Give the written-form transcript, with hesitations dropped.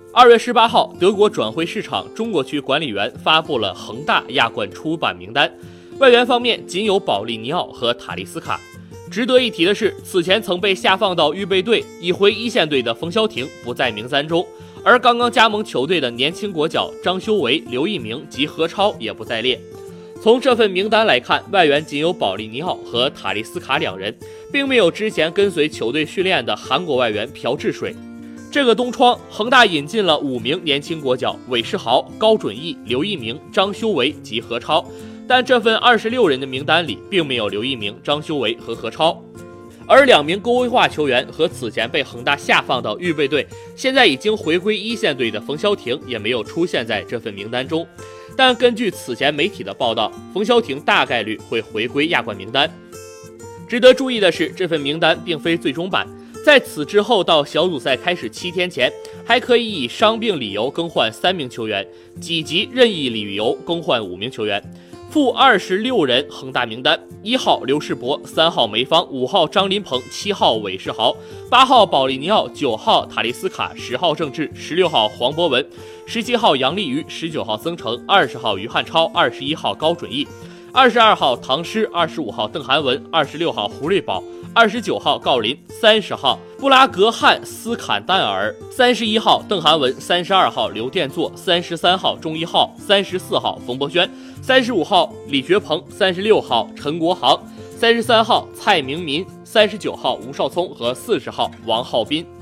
2月18号，德国转会市场中国区管理员发布了恒大亚冠出版名单，外援方面仅有保利尼奥和塔利斯卡。值得一提的是，此前曾被下放到预备队已回一线队的冯潇霆不在名单中，而刚刚加盟球队的年轻国脚张修维、刘一鸣及何超也不在列。从这份名单来看，外援仅有保利尼奥和塔利斯卡两人，并没有之前跟随球队训练的韩国外援朴智水。这个冬窗，恒大引进了5名年轻国脚韦世豪、高准翼、刘一鸣、张修维及何超，但这份26人的名单里并没有刘一鸣、张修维和何超。而2名高危化球员和此前被恒大下放到预备队，现在已经回归一线队的冯潇霆也没有出现在这份名单中。但根据此前媒体的报道，冯潇霆大概率会回归亚冠名单。值得注意的是，这份名单并非最终版，在此之后到小组赛开始7天前，还可以以伤病理由更换3名球员，几级任意理由更换5名球员。负26人恒大名单：1号刘世博，3号梅芳，5号张琳芃，7号韦世豪，8号保利尼奥，9号塔利斯卡，10号郑智，16号黄博文，17号杨立瑜，19号曾诚，20号于汉超，21号高准翼，22号唐诗，25号邓涵文，26号胡瑞宝，29号郜林，30号布拉格汉斯坎丹尔，31号邓涵文，32号刘殿座，33号钟一浩，34号冯博轩，35号李觉鹏，36号陈国航，33号蔡明民，39号吴少聪和40号王浩斌。